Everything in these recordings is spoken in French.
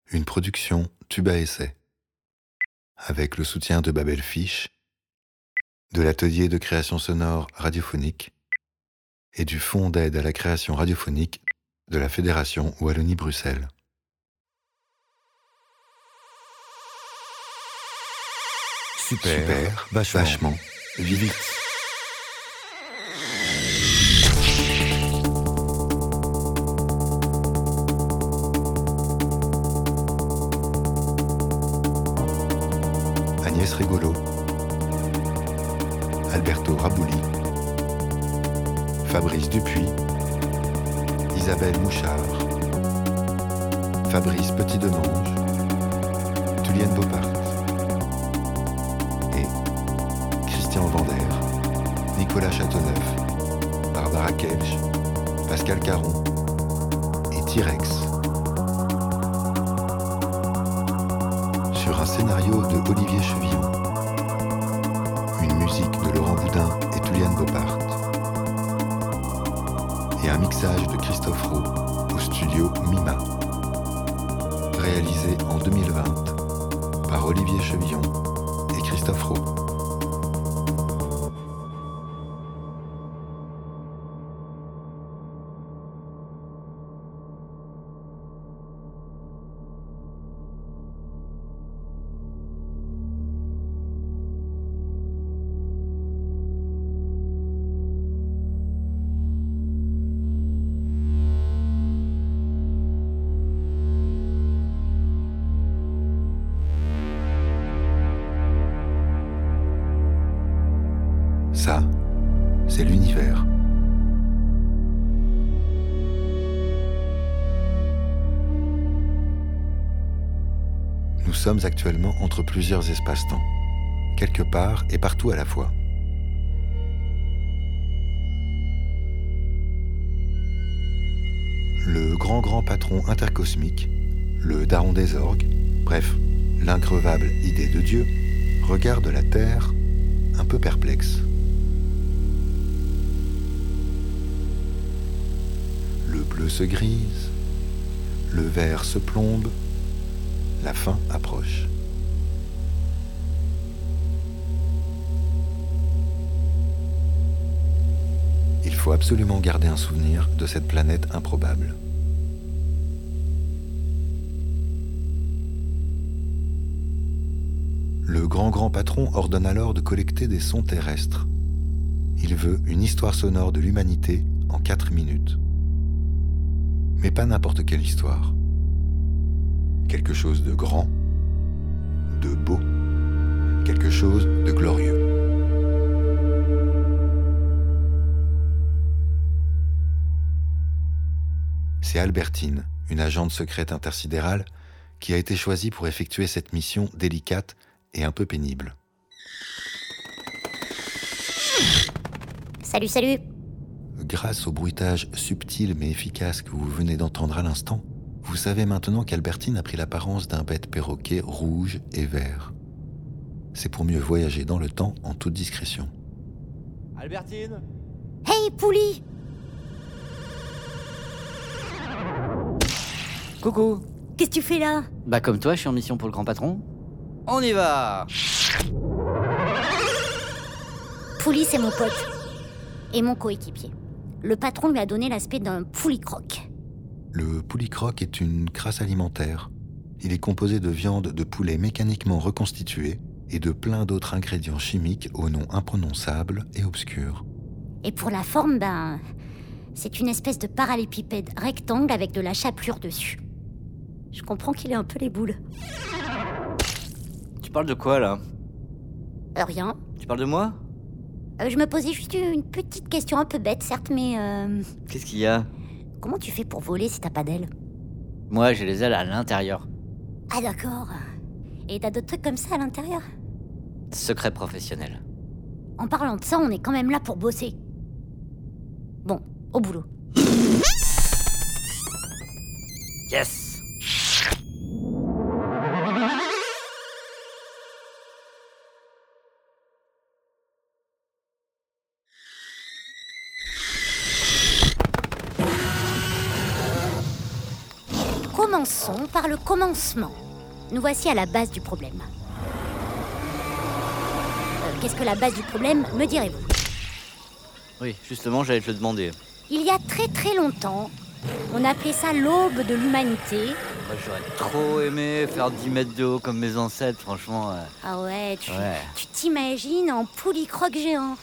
Une production Tuba Essai, avec le soutien de Babel Fish, de l'atelier de création sonore radiophonique et du Fonds d'aide à la création radiophonique de la Fédération Wallonie-Bruxelles. Super, vachement, vite. Agnès Rigolo, Alberto Rabouli, Fabrice Dupuis, Isabelle Mouchard, Fabrice Petit-Demange, Tulienne Bopart et Christian Vander, Nicolas Châteauneuf, Barbara Kelch, Pascal Caron et T-Rex. Sur un scénario de Olivier Chevillon, une musique de Laurent Boudin et Tulienne Bopart, et un mixage de Christophe Roux au studio Mima, réalisé en 2020 par Olivier Chevillon et Christophe Roux. Ça, c'est l'univers. Nous sommes actuellement entre plusieurs espaces-temps, quelque part et partout à la fois. Le grand patron intercosmique, le daron des orgues, bref, l'increvable idée de Dieu, regarde la Terre un peu perplexe. Le bleu se grise, le vert se plombe, la fin approche. Il faut absolument garder un souvenir de cette planète improbable. Le grand patron ordonne alors de collecter des sons terrestres. Il veut une histoire sonore de l'humanité en 4 minutes. Mais pas n'importe quelle histoire. Quelque chose de grand, de beau, quelque chose de glorieux. C'est Albertine, une agente secrète intersidérale, qui a été choisie pour effectuer cette mission délicate et un peu pénible. Salut. Grâce au bruitage subtil mais efficace que vous venez d'entendre à l'instant, vous savez maintenant qu'Albertine a pris l'apparence d'un bête perroquet rouge et vert. C'est pour mieux voyager dans le temps en toute discrétion. Albertine ? Hey, Pouli! Coucou. Qu'est-ce que tu fais là? Bah comme toi, je suis en mission pour le grand patron. On y va! Pouli, c'est mon pote. Et mon coéquipier. Le patron lui a donné l'aspect d'un poulicroque. Le poulicroque est une crasse alimentaire. Il est composé de viande de poulet mécaniquement reconstituée et de plein d'autres ingrédients chimiques au nom imprononçable et obscur. Et pour la forme, c'est une espèce de parallépipède rectangle avec de la chapelure dessus. Je comprends qu'il ait un peu les boules. Tu parles de quoi là? Rien. Tu parles de moi? Je me posais juste une petite question un peu bête, certes, mais Qu'est-ce qu'il y a? comment tu fais pour voler si t'as pas d'ailes? Moi, j'ai les ailes à l'intérieur. Ah d'accord. Et t'as d'autres trucs comme ça à l'intérieur? Secret professionnel. En parlant de ça, on est quand même là pour bosser. Bon, au boulot. Yes! Quoi? Commençons par le commencement. Nous voici à la base du problème. Qu'est-ce que la base du problème, me direz-vous? Oui, justement, j'allais te le demander. Il y a très très longtemps, on appelait ça l'aube de l'humanité. Moi, j'aurais trop aimé faire 10 mètres de haut comme mes ancêtres, franchement. Ah ouais, Ouais. tu t'imagines en poulicroque géant.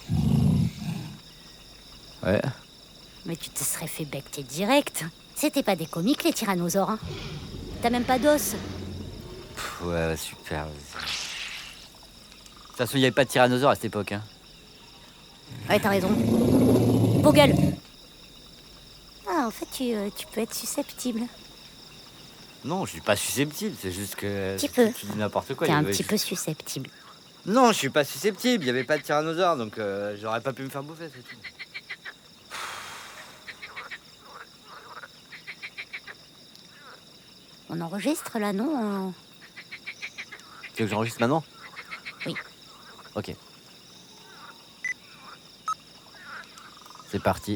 Ouais. Mais tu te serais fait becter direct. C'était pas des comiques, les tyrannosaures. Hein. T'as même pas d'os. Ouais, super. De toute façon, il n'y avait pas de tyrannosaure à cette époque. Hein. Ouais, t'as raison. Beau gueule. Ah, en fait, tu peux être susceptible. Non, je suis pas susceptible, c'est juste que... Petit peu. Tu dis n'importe quoi. T'es un petit peu susceptible. Non, je suis pas susceptible, il n'y avait pas de tyrannosaure, donc j'aurais pas pu me faire bouffer, c'est tout. On enregistre là, non? Tu veux que j'enregistre maintenant? Oui. Ok. C'est parti.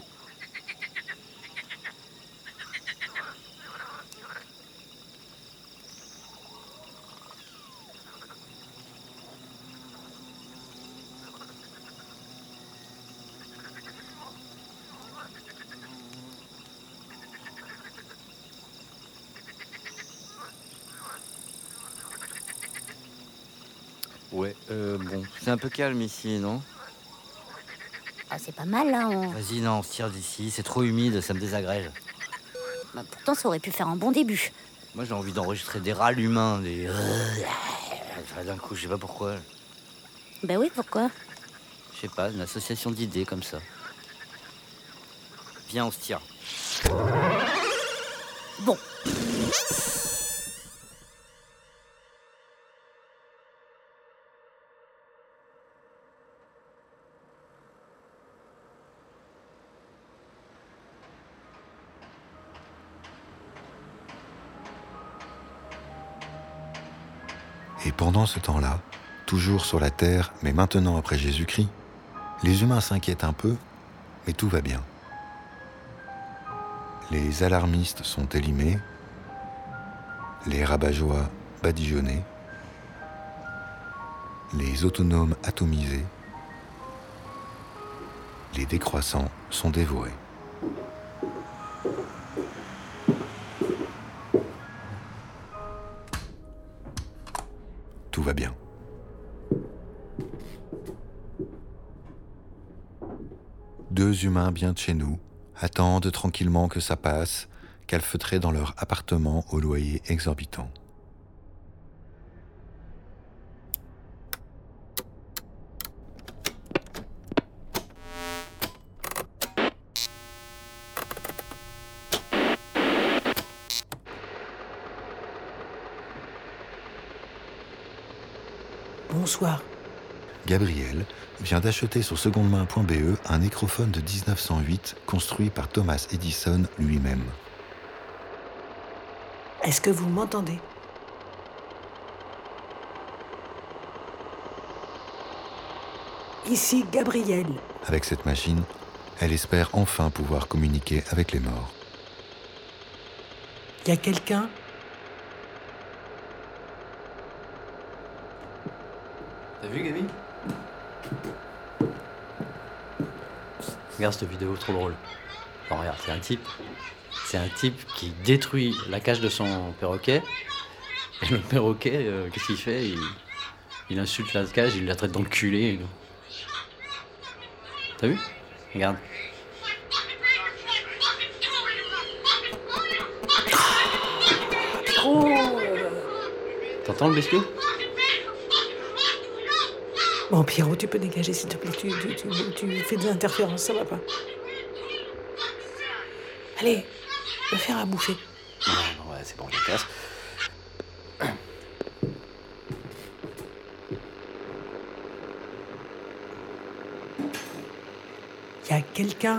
Ouais, bon, c'est un peu calme ici, non? Ah, c'est pas mal, là. Vas-y, non, on se tire d'ici, c'est trop humide, ça me désagrège. Bah, pourtant, ça aurait pu faire un bon début. Moi, j'ai envie d'enregistrer des râles humains, des... D'un coup, je sais pas pourquoi. Ben oui, pourquoi? Je sais pas, une association d'idées comme ça. Viens, on se tire. Bon. Et pendant ce temps-là, toujours sur la Terre, mais maintenant après Jésus-Christ, les humains s'inquiètent un peu, mais tout va bien. Les alarmistes sont élimés, les rabat-joie badigeonnés, les autonomes atomisés, les décroissants sont dévorés. Tout va bien. Deux humains bien de chez nous attendent tranquillement que ça passe, calfeutrés dans leur appartement au loyer exorbitant. Bonsoir. Gabriel vient d'acheter sur secondemain.be un nécrophone de 1908 construit par Thomas Edison lui-même. Est-ce que vous m'entendez? Ici Gabriel. Avec cette machine, elle espère enfin pouvoir communiquer avec les morts. Y a quelqu'un? T'as vu, Gabi? Regarde cette vidéo, trop drôle. Bon, regarde, c'est un type qui détruit la cage de son perroquet. Et le perroquet, qu'est-ce qu'il fait? Il insulte la cage, il la traite d'enculé. Et tout. T'as vu? Regarde. Oh! T'entends le bestiau? Bon, Pierrot, tu peux dégager, s'il te plaît. Tu fais des interférences, ça va pas. Allez, va faire à bouffer. Ouais, c'est bon, je casse. Y a quelqu'un?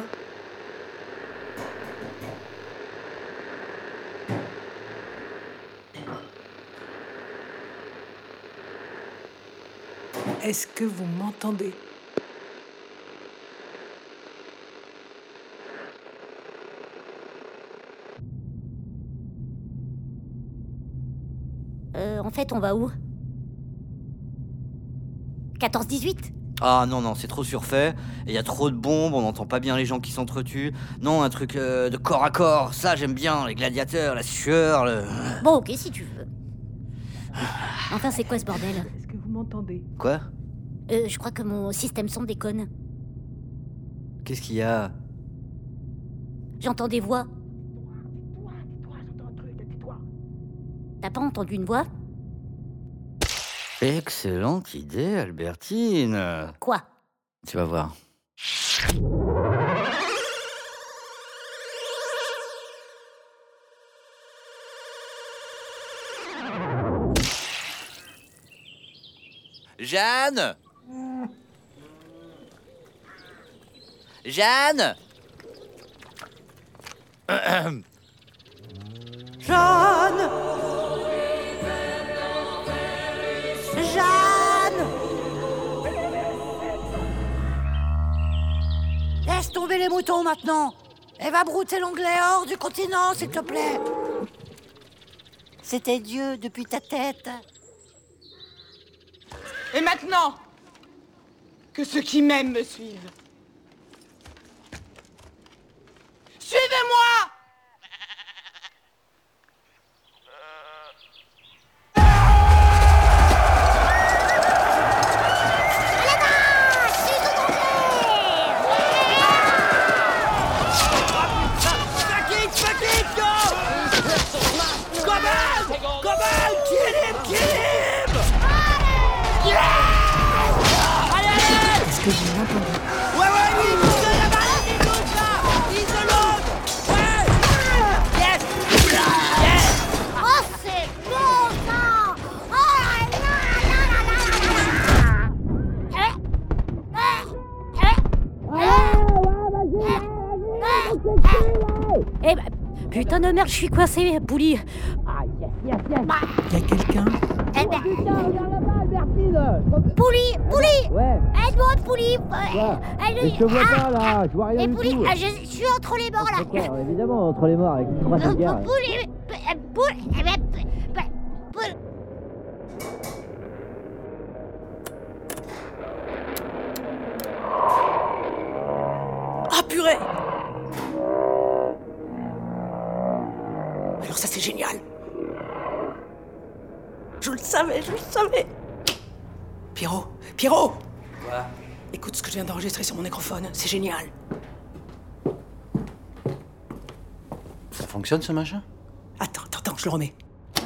Est-ce que vous m'entendez? En fait, on va où? 14-18? Ah non, c'est trop surfait. Il y a trop de bombes, on n'entend pas bien les gens qui s'entretuent. Non, un truc de corps à corps, ça j'aime bien, les gladiateurs, la sueur, Bon, ok, si tu veux. Enfin, c'est quoi ce bordel? Est-ce que vous m'entendez? Quoi? Je crois que mon système son déconne. Qu'est-ce qu'il y a? J'entends des voix. Tais-toi, j'entends un truc, tais-toi. T'as pas entendu une voix? Excellente idée, Albertine. Quoi? Tu vas voir. Jeanne! Jeanne! Jeanne! Jeanne! Laisse tomber les moutons maintenant! Et va brouter l'onglet hors du continent, s'il te plaît! C'était Dieu depuis ta tête. Et maintenant, que ceux qui m'aiment me suivent. Suivez-moi! Est-ce que vous m'entendez? Oh, c'est bon, ça! Oh là là! Eh ben, putain de merde, je suis coincé, Pouli. Il y a quelqu'un? Eh ben... Pouli! Ouais. Aide-moi, Pouli! Mais je te vois pas là, je vois rien Et du Pouli, tout. je suis entre les bords là. D'accord, évidemment, entre les morts avec les trois de guerre. Pouli! Ah purée! Alors ça c'est génial! Je le savais! Pierrot! Quoi? Écoute ce que je viens d'enregistrer sur mon microphone, c'est génial! Ça fonctionne ce machin? Attends, je le remets.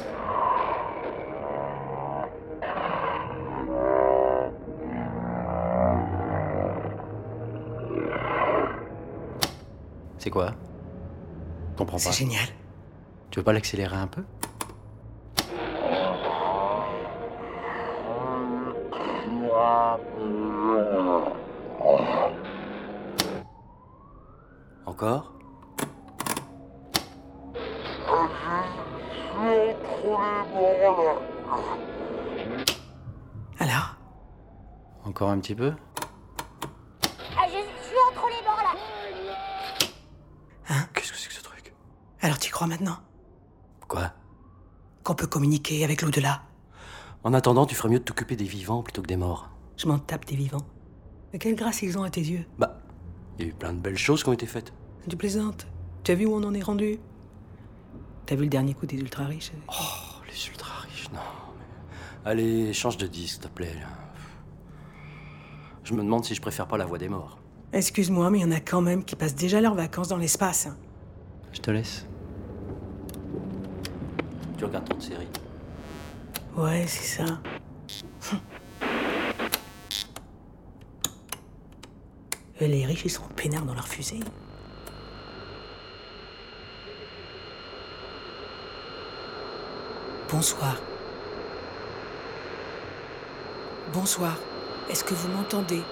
C'est quoi? Comprends pas. C'est génial. Tu veux pas l'accélérer un peu? Encore? Alors? Encore un petit peu? Je suis entre les bords là. Qu'est-ce que c'est que ce truc? Alors tu y crois maintenant? Quoi? Qu'on peut communiquer avec l'au-delà? En attendant, tu ferais mieux de t'occuper des vivants plutôt que des morts. Je m'en tape des vivants. Mais quelle grâce ils ont à tes yeux? Bah, il y a eu plein de belles choses qui ont été faites. Tu plaisantes? Tu as vu où on en est rendu? T'as vu le dernier coup des ultra-riches? Oh, les ultra-riches, non. Mais... Allez, change de disque, s'il te plaît. Je me demande si je préfère pas la voix des morts. Excuse-moi, mais il y en a quand même qui passent déjà leurs vacances dans l'espace. Je te laisse. Tu regardes trop de séries. Ouais, c'est ça. Et les riches, ils sont peinards dans leur fusée. Bonsoir. Bonsoir. Est-ce que vous m'entendez?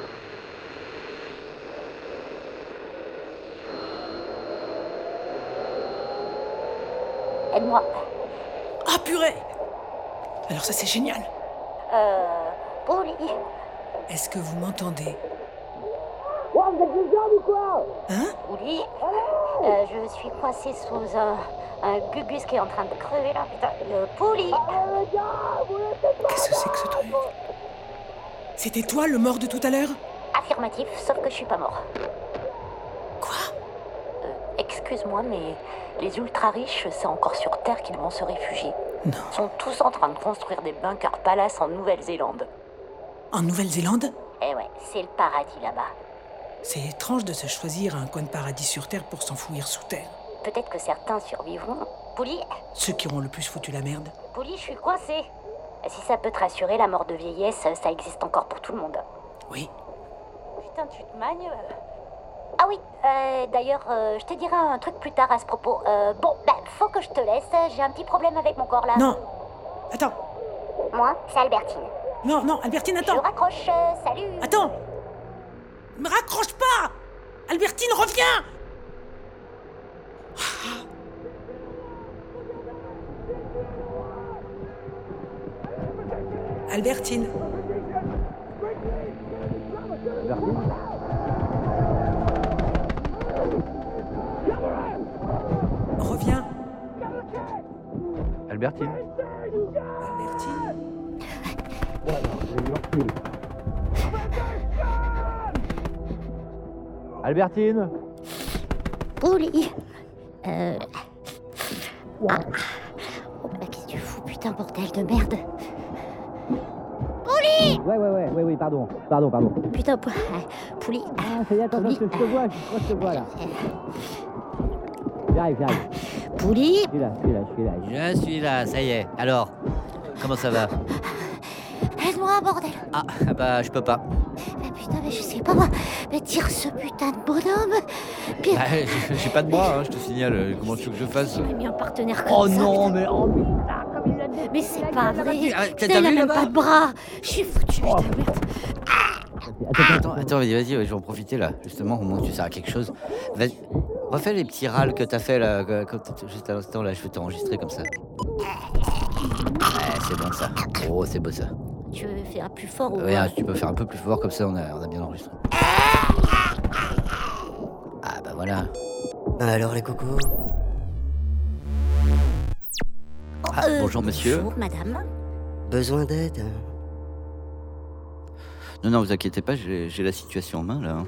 Aide-moi. Ah purée! Alors ça c'est génial. Pouli. Est-ce que vous m'entendez? Oh, vous êtes des hommes ou quoi? Hein? Pouli. Je suis coincé sous un Gugus qui est en train de crever là, putain. Le Pouli. Qu'est-ce que c'est que ce truc? C'était toi le mort de tout à l'heure? Affirmatif, sauf que je suis pas mort. Quoi? Excuse-moi, mais les ultra-riches, c'est encore sur Terre qu'ils vont se réfugier. Non. Ils sont tous en train de construire des bunkers palaces en Nouvelle-Zélande. En Nouvelle-Zélande? Eh ouais, c'est le paradis là-bas. C'est étrange de se choisir un coin de paradis sur Terre pour s'enfouir sous terre. Peut-être que certains survivront. Pouli, Ceux qui auront le plus foutu la merde. Pouli, je suis coincée. Si ça peut te rassurer, la mort de vieillesse, ça existe encore pour tout le monde. Oui. Putain, tu te magnes Ah oui, d'ailleurs, je te dirai un truc plus tard à ce propos. Bon, faut que je te laisse, j'ai un petit problème avec mon corps là. Non. Attends. Moi, c'est Albertine. Non, Albertine, Je attends. raccroche, salut. Attends. Me raccroche pas. Albertine, reviens. Albertine. Reviens. Albertine. Albertine. Albertine. Pouli. Ah. Oh, qu'est-ce que tu fous, putain, bordel de merde. Pouli. Oui, pardon. Putain, Pouli. Ah, ça y est, attends, Pouli. je te vois, je te vois là. J'arrive. Pouli. Je suis là, ça y est. Alors, comment ça va? Aide-moi, bordel. Ah, bah, je peux pas. Mais putain, mais je sais pas moi. Mais tire ce putain de bonhomme. Puis, Ah, j'ai pas de bras, hein, je te signale. Comment tu veux que je fasse? j'ai mis un partenaire comme Oh ça. non, mais oh, Mais c'est pas vrai. Ah, t'as Putain, il a vu, même là-bas pas de bras. Je suis foutu, putain, merde. Attends, vas-y, je vais en profiter là. Justement, au moment où tu sers à quelque chose. Vas-y, refais les petits râles que t'as fait là, juste à l'instant là. Je vais t'enregistrer comme ça. Ouais, c'est bon ça. Oh, c'est beau ça. Tu veux faire plus fort ou Ouais, tu peux faire un peu plus fort comme ça, on a bien enregistré. Ah bah voilà. Alors les cocos, Bonjour monsieur. Bonjour, madame. besoin d'aide? Non, vous inquiétez pas, j'ai la situation en main là.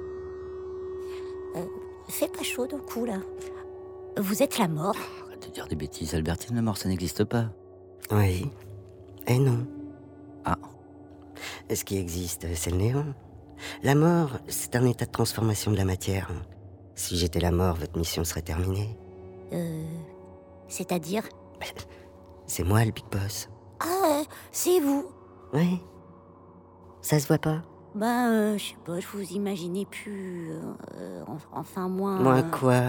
Fais pas chaud au cou, là. Vous êtes la mort. Arrête de dire des bêtises, Albertine, la mort ça n'existe pas. Oui. Et non. Ah. Ce qui existe, c'est le néant. La mort, c'est un état de transformation de la matière. Si j'étais la mort, votre mission serait terminée. C'est-à-dire? C'est moi le Big Boss. Ah, c'est vous. Oui. Ça se voit pas? Je sais pas, je vous imaginais plus... enfin, moins... Moi quoi?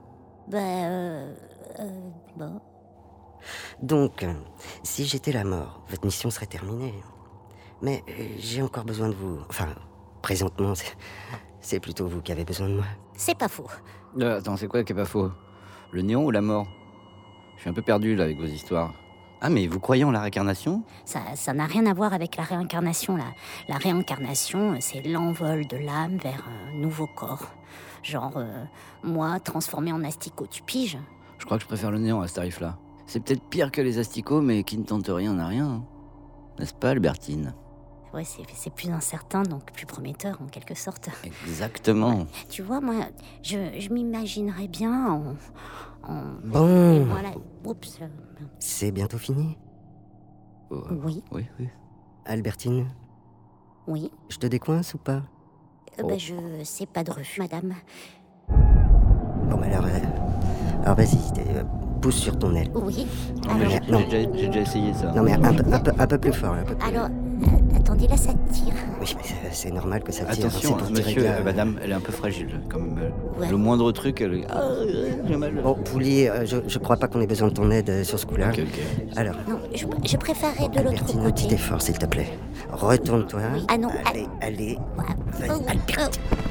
Bon... Donc, si j'étais la mort, votre mission serait terminée. Mais j'ai encore besoin de vous. Enfin, présentement, c'est plutôt vous qui avez besoin de moi. C'est pas faux. Attends, c'est quoi qui est pas faux? Le néant ou la mort? Je suis un peu perdu là avec vos histoires. Ah, mais vous croyez en la réincarnation? Ça n'a rien à voir avec la réincarnation, là. La réincarnation, c'est l'envol de l'âme vers un nouveau corps. Genre, moi, transformé en asticot, tu piges? Je crois que je préfère le néant à ce tarif-là. C'est peut-être pire que les asticots, mais qui ne tentent rien n'a rien. Hein. N'est-ce pas, Albertine? Ouais, c'est plus incertain, donc plus prometteur, en quelque sorte. Exactement. Ouais. Tu vois, moi, je m'imaginerais bien Bon. Voilà. Oups. C'est bientôt fini? Oui. Oui. Albertine, Oui. je te décoince ou pas? Je sais pas de refus, madame. Bon, alors vas-y, pousse sur ton aile. Oui. Non, mais Alors, j'ai déjà essayé ça. Non, mais un peu plus fort. Un peu plus... alors attendez, là, ça tire. Oui, mais c'est normal que ça tire. Attention, c'est pour tirer monsieur, de la- madame, elle est un peu fragile. Comme Ouais. le moindre truc, elle... Ah, j'ai mal. Bon, Pouli, je crois pas qu'on ait besoin de ton aide sur ce coup-là. Ok. Alors, Non, je préférerais de l'autre Albertine, un petit côté. effort, s'il te plaît. Retourne-toi. Oui. Ah non, Allez. Oh, Vas-y, Albertine.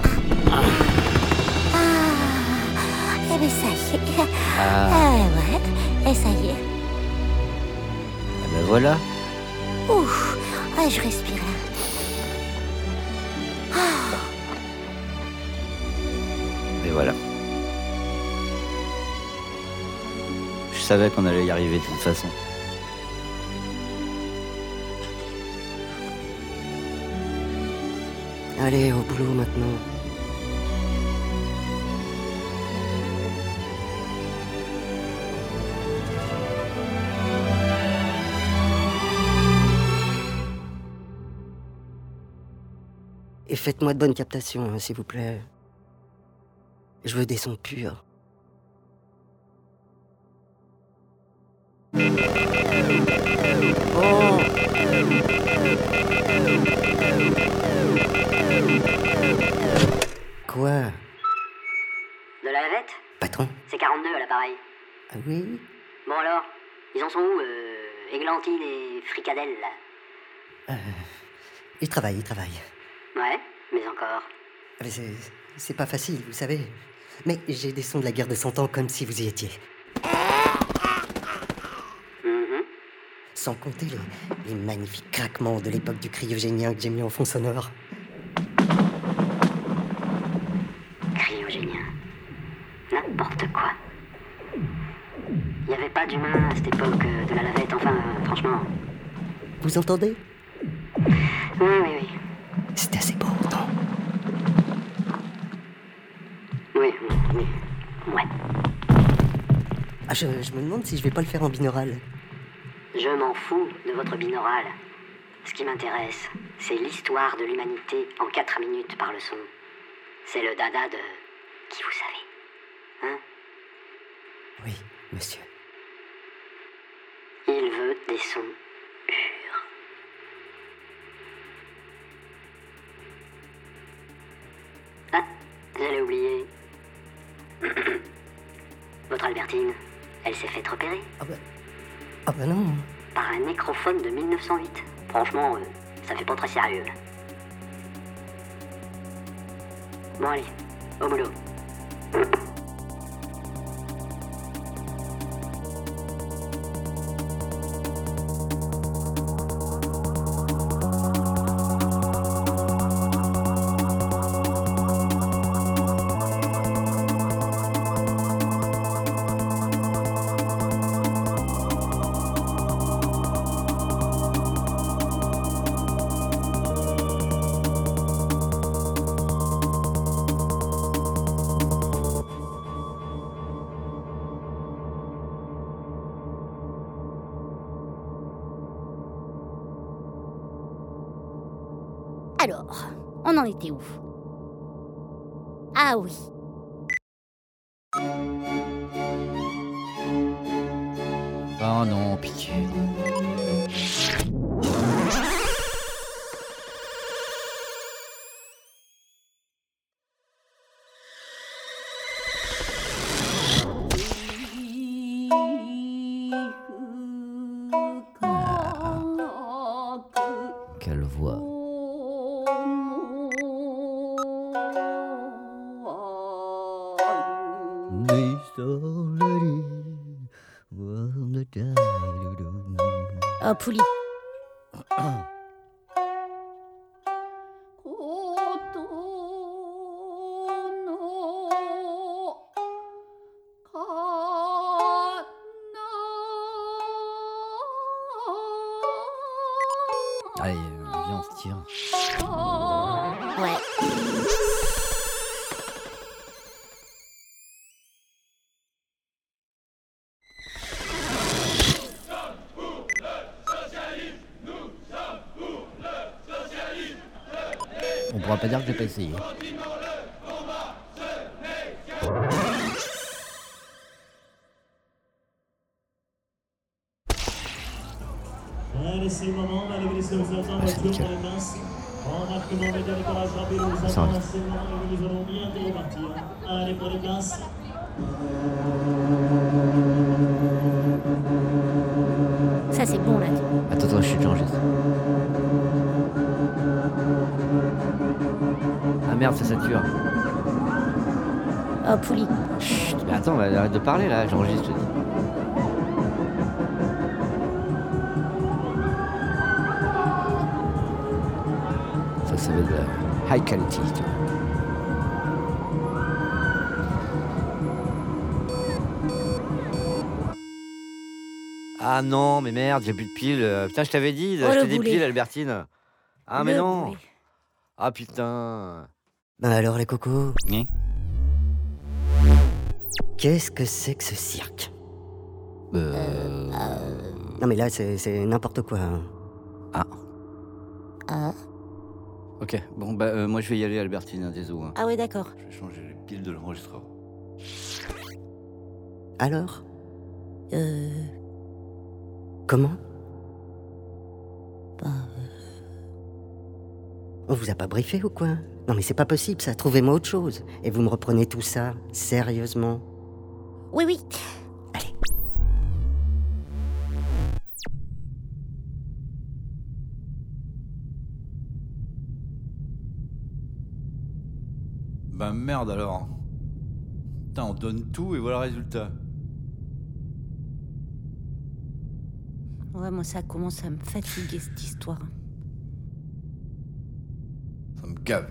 Eh bien, ça y est. Ah, Ouais, et ça y est. ben voilà. Ouf, je respire là. Et voilà. savais qu'on allait y arriver de toute façon. Allez, au boulot maintenant. Et faites-moi de bonnes captations, hein, s'il vous plaît. Je veux des sons purs. Oh! Quoi? De la lavette? Patron? C'est 42 à l'appareil. Ah oui? Bon alors, ils en sont où, Églantine et Fricadelle, là? Il travaille. Ouais, mais encore. Mais c'est pas facile, vous savez. Mais j'ai des sons de la guerre de 100 ans comme si vous y étiez. Sans compter les magnifiques craquements de l'époque du cryogénien que j'ai mis en fond sonore. Cryogénien. N'importe quoi. Il n'y avait pas d'humain à cette époque de la lavette, enfin, franchement. Vous entendez? Oui. C'est assez beau, non? Oui. Ouais. Ah, je me demande si je vais pas le faire en binaural. Je m'en fous de votre binaural. Ce qui m'intéresse, c'est l'histoire de l'humanité en 4 minutes par le son. C'est le dada de... qui vous savez? Hein? Oui, monsieur. Il veut des sons purs. Ah, j'allais oublier. Votre Albertine, elle s'est faite repérer. Ah bah non. Par un nécrophone de 1908. Franchement, ça fait pas très sérieux. Bon allez, au boulot. Alors, on en était où? Ah oui. Oh non, pitié. Quelle voix. Oh, Pouli. Allez, viens, on se tire. Ouais. On pourra pas dire que j'ai pas essayé. C'est le moment, on va lever les sauveteurs en voiture pour les masses. Embarquement média décollage rapide, nous attendons c'est le moment et nous allons bientôt partir. Allez pour les places. Ça c'est bon là. Attends, je suis l'enregistre. Ah merde, ça sature. Oh, Pouli. Chut, mais attends, arrête de parler là, j'enregistre, je te dis. Ça va être de la high quality, tu vois. Ah non, mais merde, j'ai plus de piles. Putain, je t'avais dit Oh, d'acheter le des boulet. piles, Albertine. Ah, mais Le non. boulet. Ah putain. Ben alors les cocos, Oui. qu'est-ce que c'est que ce cirque? Non mais là c'est n'importe quoi. Hein. Ah. Ok, bon, moi je vais y aller, Albertine, hein, désolé. Ah ouais, d'accord. Je vais changer les piles de l'enregistreur. Alors? Comment? On vous a pas briefé ou quoi? Non mais c'est pas possible ça, trouvez-moi autre chose. Et vous me reprenez tout ça, sérieusement? Oui, oui. Allez. Bah merde alors. Putain, on donne tout et voilà le résultat. Ouais, moi, ça commence à me fatiguer, cette histoire. Ça me gave.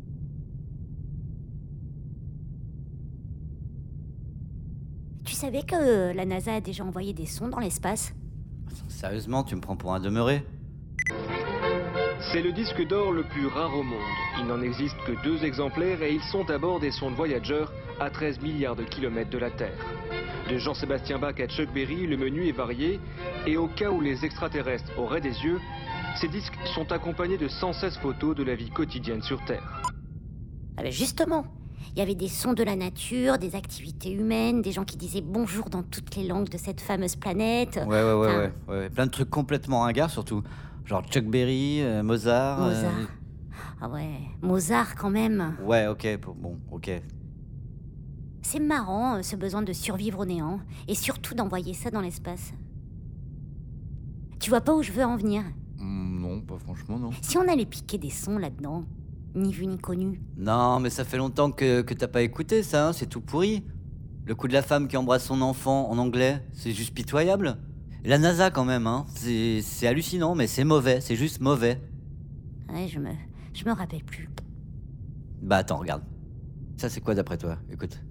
Tu savais que la NASA a déjà envoyé des sondes dans l'espace? Sérieusement, tu me prends pour un demeuré? C'est le disque d'or le plus rare au monde. Il n'en existe que 2 exemplaires et ils sont à bord des sondes Voyager à 13 milliards de kilomètres de la Terre. De Jean-Sébastien Bach à Chuck Berry, le menu est varié et au cas où les extraterrestres auraient des yeux, ces disques sont accompagnés de 116 photos de la vie quotidienne sur Terre. Ah ben justement, il y avait des sons de la nature, des activités humaines, des gens qui disaient bonjour dans toutes les langues de cette fameuse planète. Ouais. Plein de trucs complètement ringards surtout. Genre Chuck Berry, Mozart. Mozart. Ah ouais, Mozart quand même. Ouais, ok, bon, ok. C'est marrant, ce besoin de survivre au néant, et surtout d'envoyer ça dans l'espace. Tu vois pas où je veux en venir? Non, pas franchement, non. Si on allait piquer des sons là-dedans, ni vu ni connu. Non, mais ça fait longtemps que t'as pas écouté ça, hein, c'est tout pourri. Le coup de la femme qui embrasse son enfant en anglais, c'est juste pitoyable. Et la NASA quand même, hein, c'est hallucinant, mais c'est mauvais, c'est juste mauvais. Ouais, je me rappelle plus. Bah attends, regarde. Ça c'est quoi d'après toi? Écoute.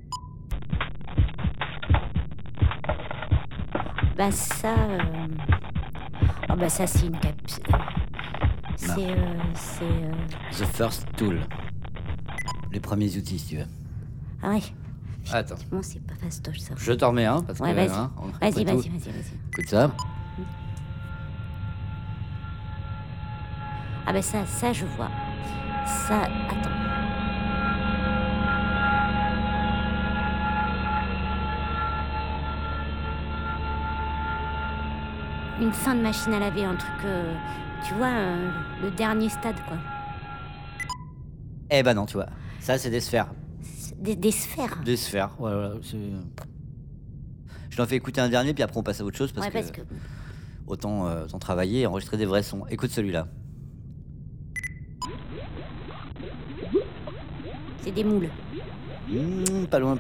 Bah ça... Oh bah ça c'est une The First Tool. Les premiers outils, si tu veux. Ah ouais. Attends. Effectivement, c'est pas fastoche ça. Je t'en remets un, parce ouais, que... vas-y. Hein, vas-y. Écoute ça. Ah bah ça je vois. Ça... Attends. Une fin de machine à laver, un truc... tu vois, le dernier stade, quoi. Eh ben non, tu vois. Ça, c'est des sphères. Des sphères? Des sphères, voilà. Je t'en fais écouter un dernier, puis après on passe à autre chose, parce que... Autant travailler et enregistrer des vrais sons. Écoute celui-là. C'est des moules. Pas loin.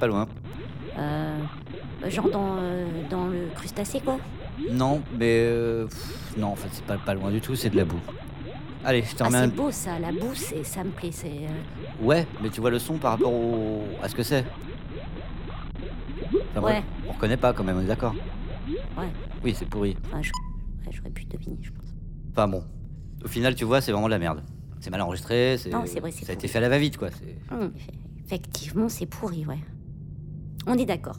Genre dans le crustacé, quoi? Non, mais... non, en fait, c'est pas loin du tout, c'est de la boue. Allez, je te remets c'est beau, ça. La boue, ça me plaît, c'est... Ouais, mais tu vois le son par rapport à ce que c'est. Enfin, ouais. On reconnaît pas, quand même, on est d'accord? Ouais. Oui, c'est pourri. Ouais, j'aurais pu deviner, je pense. Enfin bon, au final, tu vois, c'est vraiment de la merde. C'est mal enregistré, Non, c'est vrai, ça a été fait à la va-vite, quoi. Effectivement, c'est pourri, ouais. On est d'accord.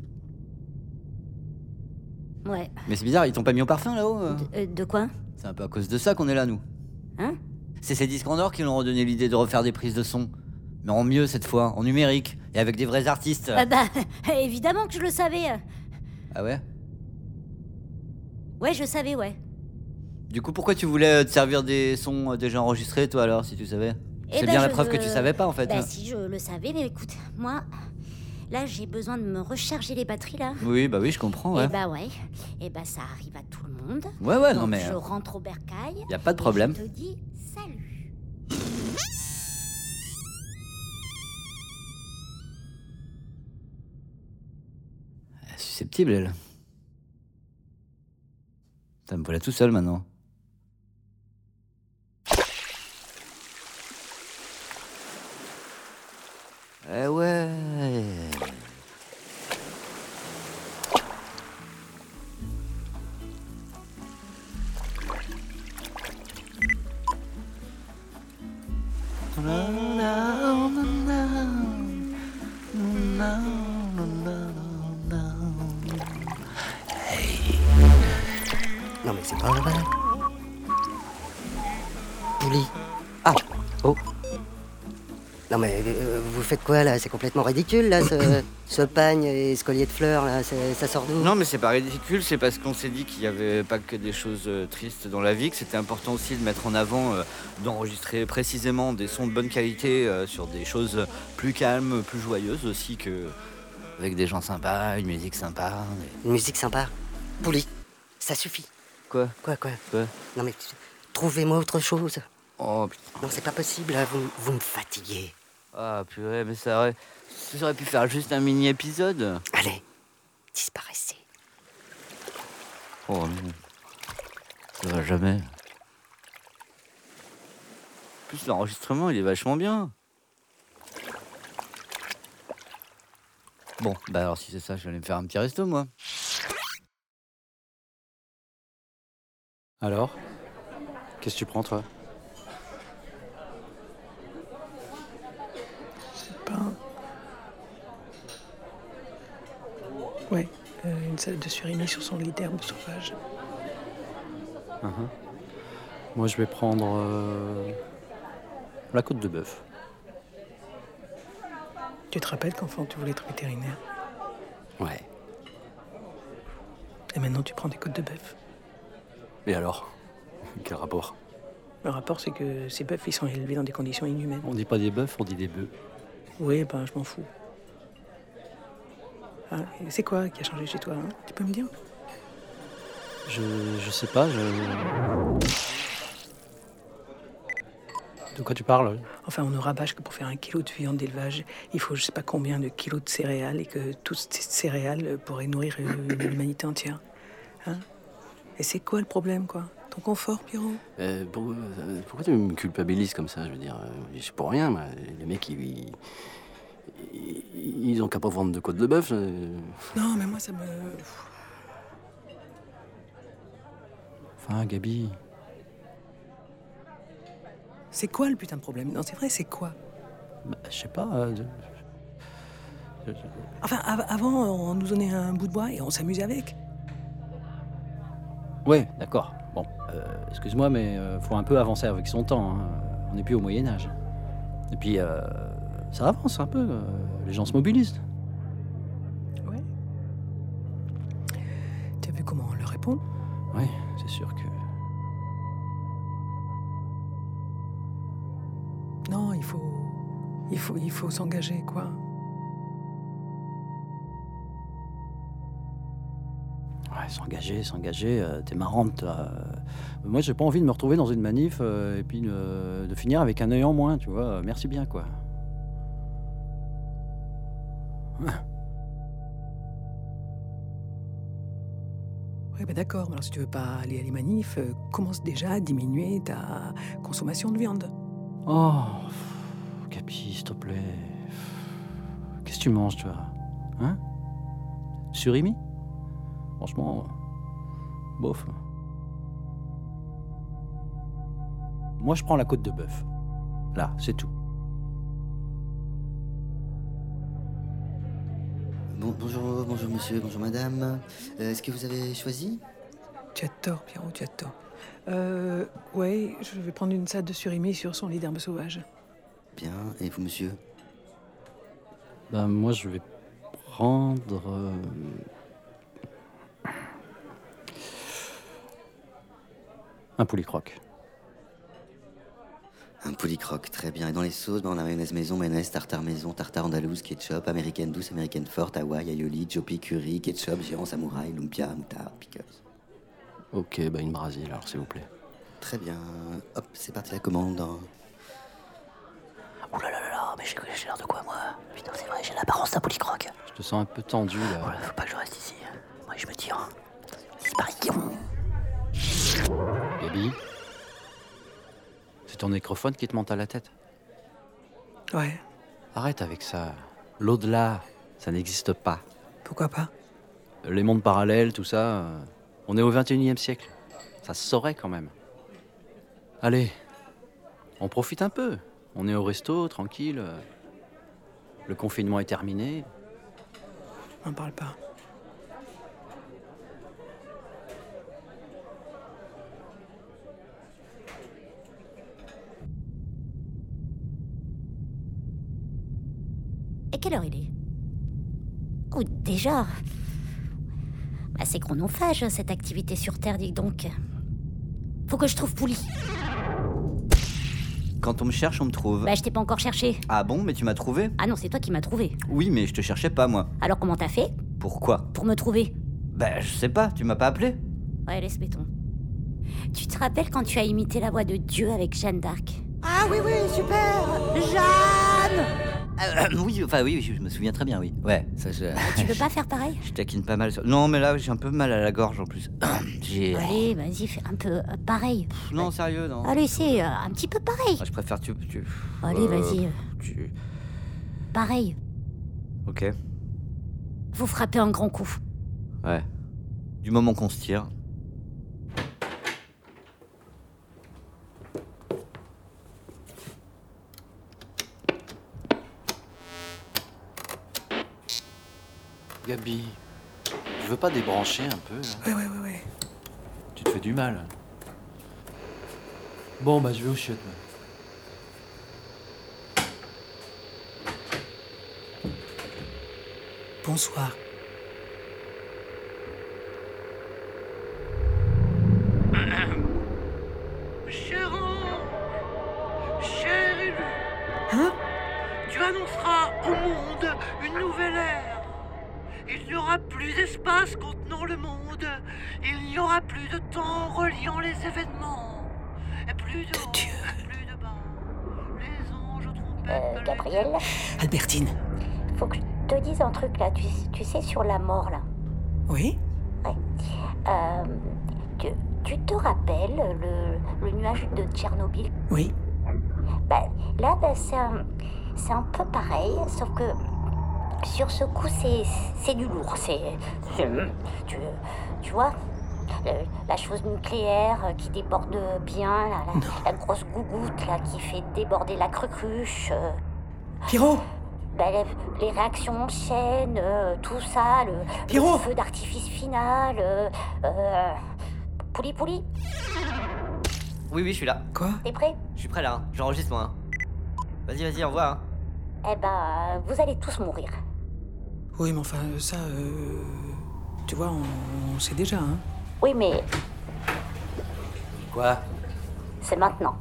Ouais. Mais c'est bizarre, ils t'ont pas mis au parfum, là-haut De quoi? C'est un peu à cause de ça qu'on est là, nous. Hein? C'est ces disques en or qui nous ont redonné l'idée de refaire des prises de son. Mais en mieux, cette fois, en numérique, et avec des vrais artistes. Bah, évidemment que je le savais. Ah ouais? Ouais, je savais, ouais. Du coup, pourquoi tu voulais te servir des sons déjà enregistrés, toi, alors, si tu savais? C'est bien la preuve que tu savais pas, en fait. Bah, si, je le savais, mais écoute, moi, là, j'ai besoin de me recharger les batteries, là. Oui, bah oui, je comprends, ouais. Et bah ouais, et bah ça arrive à tout le monde. Ouais, non donc mais... je rentre au bercail. Y a pas de problème. Et je te dis salut. Elle est susceptible, elle. Ça me voilà tout seul, maintenant. Eh ouais. Non mais c'est pas vrai. Pouli. Ah. Oh. Non mais vous faites quoi là? C'est complètement ridicule là, ce pagne et ce collier de fleurs là, ça sort d'où? Non, mais c'est pas ridicule, c'est parce qu'on s'est dit qu'il n'y avait pas que des choses tristes dans la vie, que c'était important aussi de mettre en avant, d'enregistrer précisément des sons de bonne qualité sur des choses plus calmes, plus joyeuses aussi, avec des gens sympas, une musique sympa. Une musique sympa? Pouli, ça suffit. Quoi? Quoi? Non mais trouvez-moi autre chose. Oh putain. Non, c'est pas possible, là, vous me fatiguez. Ah purée, mais ça aurait pu faire juste un mini-épisode. Allez, disparaissez. Oh non, ça va jamais. En plus, l'enregistrement, il est vachement bien. Bon, bah alors si c'est ça, je vais aller me faire un petit resto, moi. Alors? Qu'est-ce que tu prends, toi? Ouais, une salade de surimi sur son lit d'herbe sauvage. Moi, je vais prendre la côte de bœuf. Tu te rappelles qu'enfant, tu voulais être vétérinaire? Ouais. Et maintenant, tu prends des côtes de bœuf. Et alors? Quel rapport? Le rapport, c'est que ces bœufs, ils sont élevés dans des conditions inhumaines. On dit pas des bœufs, on dit des bœufs. Oui, ben, je m'en fous. Ah, c'est quoi qui a changé chez toi, hein? Tu peux me dire? Je sais pas, De quoi tu parles? Enfin, on ne rabâche que pour faire 1 kilo de viande d'élevage, il faut je sais pas combien de kilos de céréales et que toutes ces céréales pourraient nourrir l'humanité entière. Hein? Et c'est quoi le problème, quoi? Ton confort, Pierrot? Pourquoi tu me culpabilises comme ça? Je veux dire, je suis pour rien, moi. Les mecs, ils ont qu'à pas vendre de côte de bœuf. Non, mais moi, ça me... Enfin, Gabi... C'est quoi le putain de problème? Non, c'est vrai, c'est quoi? Bah, je sais pas... Enfin, avant, on nous donnait un bout de bois et on s'amusait avec. Ouais, d'accord. Bon, excuse-moi, mais faut un peu avancer avec son temps. Hein. On n'est plus au Moyen-Âge. Et puis, ça avance un peu. Les gens se mobilisent. Ouais. Tu as vu comment on leur répond? Oui, c'est sûr que... Non, il faut s'engager, quoi. Ouais, s'engager, t'es marrante, toi. Moi, j'ai pas envie de me retrouver dans une manif et puis de finir avec un œil en moins, tu vois. Merci bien, quoi. Ouais, ben d'accord, alors si tu veux pas aller à les manifs, commence déjà à diminuer ta consommation de viande. Oh, Gabi, s'il te plaît. Qu'est-ce que tu manges, toi? Hein? Surimi? Franchement, bof. Moi, je prends la côte de bœuf. Là, c'est tout. Bonjour monsieur, bonjour madame. Est-ce que vous avez choisi? Tu as tort, Pierrot, tu as tort. Ouais, je vais prendre une salade de surimi sur son lit d'herbe sauvage. Bien, et vous monsieur? Ben, moi, je vais prendre... un poulet croque. Un poulet croque, très bien. Et dans les sauces, on a mayonnaise maison, mayonnaise tartare maison, tartare andalouse, ketchup, américaine douce, américaine forte, Hawaï, aioli, jopi, curry, ketchup, giron, samouraï, lumpia, moutarde, pickles. Ok, bah une brasier alors, s'il vous plaît. Très bien. Hop, c'est parti la commande. Oh là là là là, mais j'ai l'air de quoi, moi? Putain, c'est vrai, j'ai l'apparence d'un polycroque. Je te sens un peu tendu, là. Oh là, faut pas que je reste ici. Moi, je me tire. Disparition. Gabi, c'est ton nécrophone qui te monte à la tête? Ouais. Arrête avec ça. L'au-delà, ça n'existe pas. Pourquoi pas? Les mondes parallèles, tout ça... on est au 21e siècle. Ça se saurait quand même. Allez, on profite un peu. On est au resto, tranquille. Le confinement est terminé. N'en parle pas. quelle heure il est? Oh, déjà. Bah, c'est chronophage, cette activité sur Terre, dis donc. Faut que je trouve Pouli. Quand on me cherche, on me trouve. Bah, je t'ai pas encore cherché. Ah bon, mais tu m'as trouvé? Ah non, c'est toi qui m'as trouvé. Oui, mais je te cherchais pas, moi. Alors comment t'as fait? Pourquoi? Pour me trouver. Bah, je sais pas, tu m'as pas appelé? Ouais, laisse béton. Tu te rappelles quand tu as imité la voix de Dieu avec Jeanne d'Arc? Ah oui, oui, super! Jeanne! Oui, je me souviens très bien, oui. Ouais, ça je... Tu veux pas faire pareil? Je taquine pas mal sur... Non, mais là, j'ai un peu mal à la gorge, en plus. J'ai... Allez, vas-y, fais un peu pareil. Non, sérieux, non. Allez, c'est un petit peu pareil. Je préfère Allez, vas-y. Tu... Pareil. Ok. Vous frappez un grand coup. Ouais. Du moment qu'on se tire. Gabi, je veux pas débrancher un peu là? Ouais. Tu te fais du mal. Bon, bah je vais aux chiottes. Bonsoir. Cher élu, Hein? tu annonceras au monde une nouvelle ère. Il n'y aura plus d'espace contenant le monde. Il n'y aura plus de temps reliant les événements. Et plus de haut, plus de bas. Les anges trompettes. Gabriel, Albertine. faut que je te dise un truc là. Tu sais, sur la mort là. Oui? Ouais. Tu te rappelles le nuage de Tchernobyl? Oui. Bah, là, c'est un peu pareil, sauf que sur ce coup, c'est du lourd. Tu vois, la chose nucléaire qui déborde bien, la grosse gougoute là, qui fait déborder la cruche. Pierrot! Bah, les réactions en chaîne, tout ça, le feu d'artifice final. Pouli. Oui, je suis là. Quoi? T'es prêt? Je suis prêt là, hein. J'enregistre moi. Hein. Vas-y, au revoir. Hein. Eh ben, vous allez tous mourir. Oui, mais enfin, ça, tu vois, on sait déjà, hein. Oui, mais Quoi? c'est maintenant.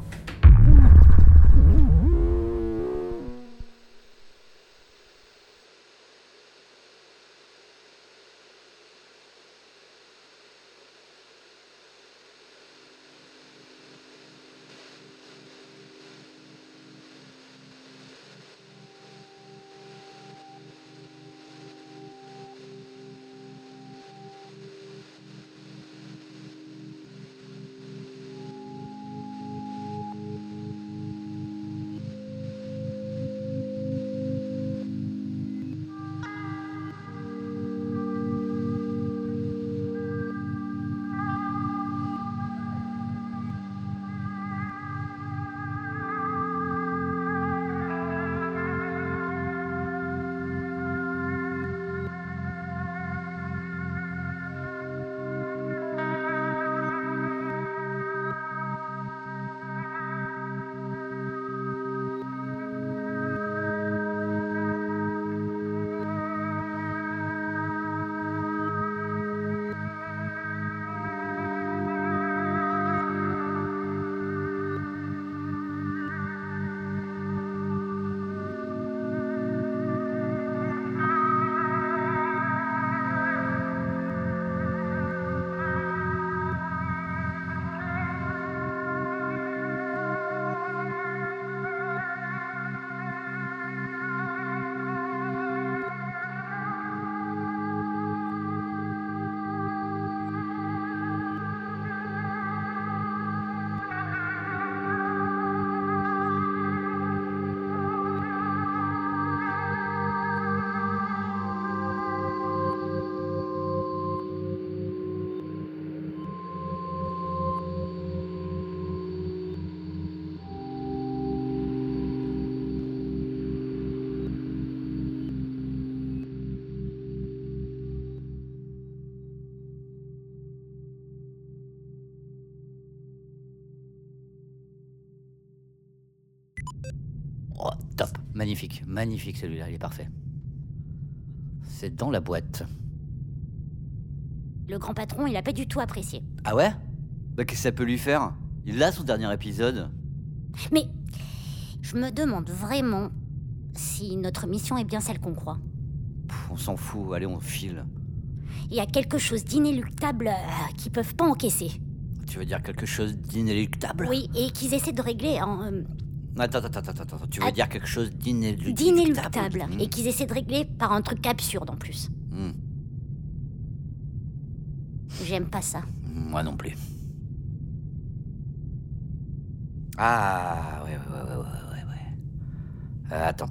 Oh, top, magnifique celui-là, il est parfait. C'est dans la boîte. Le grand patron, il a pas du tout apprécié. Ah ouais? Bah qu'est-ce que ça peut lui faire? Il a son dernier épisode. Mais je me demande vraiment si notre mission est bien celle qu'on croit. On s'en fout, allez on file. Il y a quelque chose d'inéluctable qu'ils peuvent pas encaisser. Tu veux dire quelque chose d'inéluctable? Oui, et qu'ils essaient de régler en... Attends, tu veux dire quelque chose d'inéluctable? D'inéluctable, et qu'ils essaient de régler par un truc absurde en plus. J'aime pas ça. Moi non plus. Ah, ouais. Attends.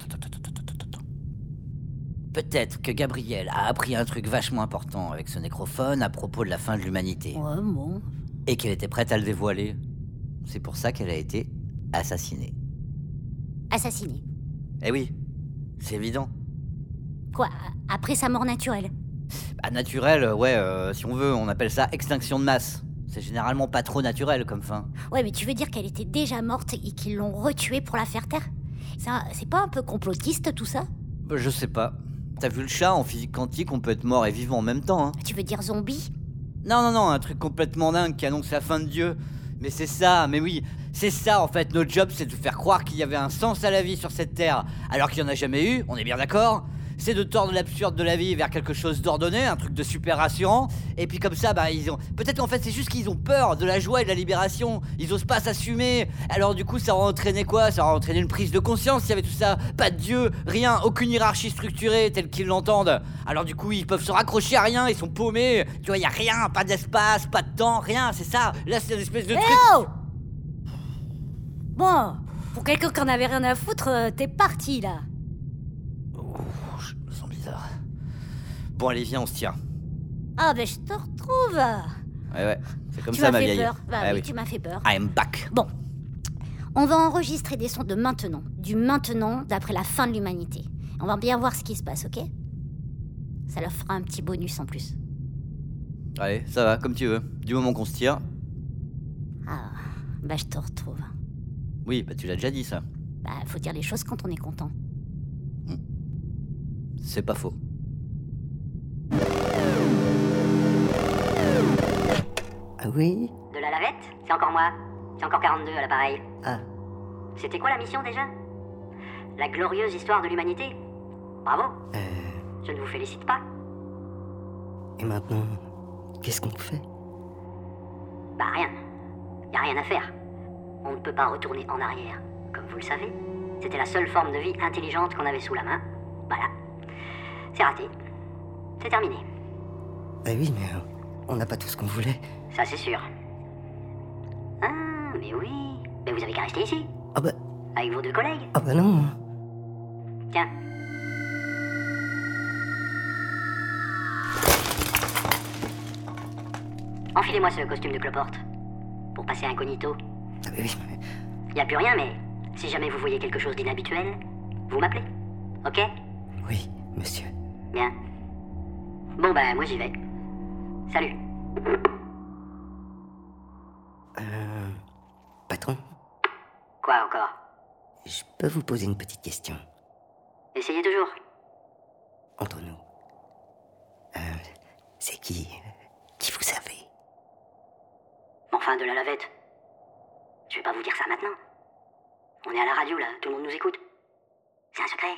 Peut-être que Gabrielle a appris un truc vachement important avec ce nécrophone à propos de la fin de l'humanité. Ouais, bon. Et qu'elle était prête à le dévoiler. C'est pour ça qu'elle a été assassinée. Assassinée. Eh oui, c'est évident. Quoi, après sa mort naturelle? Bah naturel, ouais, si on veut, on appelle ça extinction de masse. C'est généralement pas trop naturel comme fin. Ouais, mais tu veux dire qu'elle était déjà morte et qu'ils l'ont retuée pour la faire taire? Ça, c'est pas un peu complotiste tout ça? Bah, je sais pas. T'as vu le chat, en physique quantique, on peut être mort et vivant en même temps, hein. Tu veux dire zombie? Non, un truc complètement dingue qui annonce la fin de Dieu. Mais c'est ça, mais oui, c'est ça en fait, notre job c'est de faire croire qu'il y avait un sens à la vie sur cette terre, alors qu'il n'y en a jamais eu, on est bien d'accord? C'est de tordre l'absurde de la vie vers quelque chose d'ordonné, un truc de super rassurant, et puis comme ça, bah ils ont... Peut-être qu'en fait c'est juste qu'ils ont peur de la joie et de la libération, ils osent pas s'assumer, alors du coup ça aurait entraîné quoi? Ça aurait entraîné une prise de conscience s'il y avait tout ça, pas de Dieu, rien, aucune hiérarchie structurée telle qu'ils l'entendent, alors du coup ils peuvent se raccrocher à rien, ils sont paumés, tu vois, y a rien, pas d'espace, pas de temps, rien, c'est ça, là c'est une espèce de truc... Oh bon, pour quelqu'un qui en avait rien à foutre, t'es parti là. Je me sens bizarre. Bon allez, viens, on se tire. Ah ben je te retrouve. Ouais, c'est comme ça ma vieille. Tu m'as fait peur, bah Ah oui, tu m'as fait peur. I am back. Bon, on va enregistrer des sons de maintenant, du maintenant d'après la fin de l'humanité. On va bien voir ce qui se passe, ok? Ça leur fera un petit bonus en plus. Allez, ça va, comme tu veux. Du moment qu'on se tire. Ah, bah je te retrouve. Oui, bah tu l'as déjà dit ça. Bah faut dire les choses quand on est content. C'est pas faux. Ah oui? De la lavette? C'est encore moi. C'est encore 42 à l'appareil. Ah. C'était quoi la mission déjà? La glorieuse histoire de l'humanité? Bravo. Je ne vous félicite pas. Et maintenant, qu'est-ce qu'on fait? Bah rien. Y a rien à faire. On ne peut pas retourner en arrière. Comme vous le savez, c'était la seule forme de vie intelligente qu'on avait sous la main. Voilà. C'est raté. C'est terminé. Ah oui, mais on n'a pas tout ce qu'on voulait. Ça c'est sûr. Ah, mais oui. Mais vous avez qu'à rester ici. Ah bah... Avec vos deux collègues. Ah bah non. Tiens. Enfilez-moi ce costume de cloporte. Pour passer incognito. Ah bah oui, mais... Y a plus rien, mais si jamais vous voyez quelque chose d'inhabituel, vous m'appelez. Ok? Oui, monsieur. Bien. Bon bah moi j'y vais. Salut. Patron? Quoi encore? Je peux vous poser une petite question? Essayez toujours. Entre nous. C'est qui vous savez? Enfin de la lavette. Je vais pas vous dire ça maintenant. On est à la radio là, tout le monde nous écoute. C'est un secret.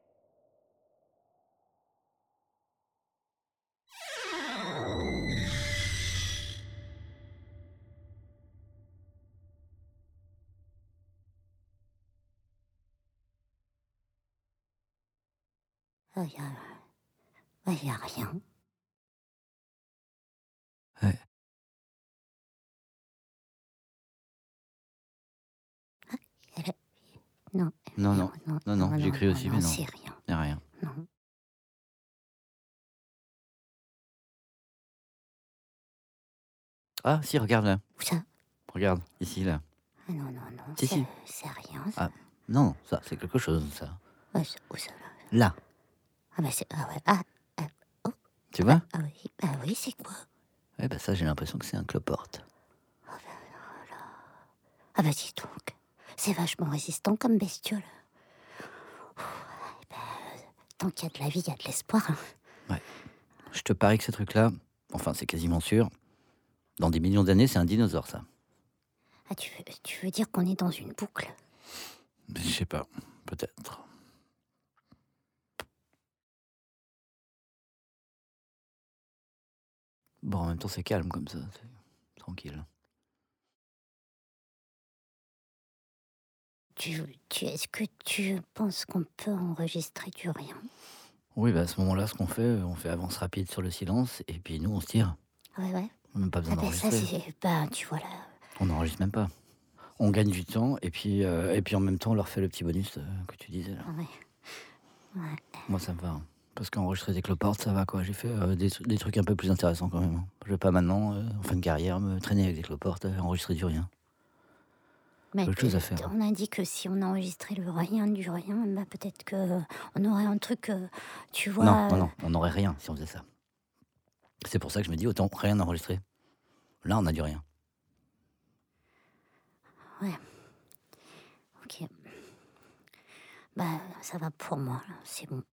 Y a rien. Ouais. Non, j'ai cru aussi, mais non. C'est rien. Y a rien. Non. Ah, si, regarde là. Où ça? Regarde, ici, là. Ah non, Si. c'est rien. Ça. Ah, non, ça, c'est quelque chose, ça. Ouais, où ça? Là. Ah bah c'est... Ah ouais, oh. Tu vois? Ah oui, c'est quoi? Ouais, bah ça, j'ai l'impression que c'est un cloporte. Ah bah dis donc, c'est vachement résistant comme bestiole. Tant qu'il y a de la vie, il y a de l'espoir. Hein. Ouais. Je te parie que ces trucs-là, enfin c'est quasiment sûr, dans des millions d'années, c'est un dinosaure, ça. Ah, tu veux dire qu'on est dans une boucle? Je sais pas, peut-être. Bon, en même temps, c'est calme comme ça, c'est tranquille. Est-ce que tu penses qu'on peut enregistrer du rien? Oui, bah à ce moment-là, ce qu'on fait, on fait avance rapide sur le silence, et puis nous, on se tire. Ouais. On n'a même pas besoin Ah ça, d'enregistrer. tu vois là. On n'enregistre même pas. On gagne du temps, et puis en même temps, on leur fait le petit bonus que tu disais. Là. Ouais. Moi, ça me va. Hein. Parce qu'enregistrer des cloportes, ça va, quoi. J'ai fait des trucs un peu plus intéressants, quand même. Hein. Je vais pas maintenant, en fin de carrière, me traîner avec des cloportes, enregistrer du rien. Mais autre chose à faire. On a dit que si on enregistrait le rien du rien, bah peut-être qu'on aurait un truc, tu vois... Non, on n'aurait rien si on faisait ça. C'est pour ça que je me dis, autant rien enregistrer. Là, on a du rien. Ouais. Ok. Bah, ça va pour moi, là. C'est bon.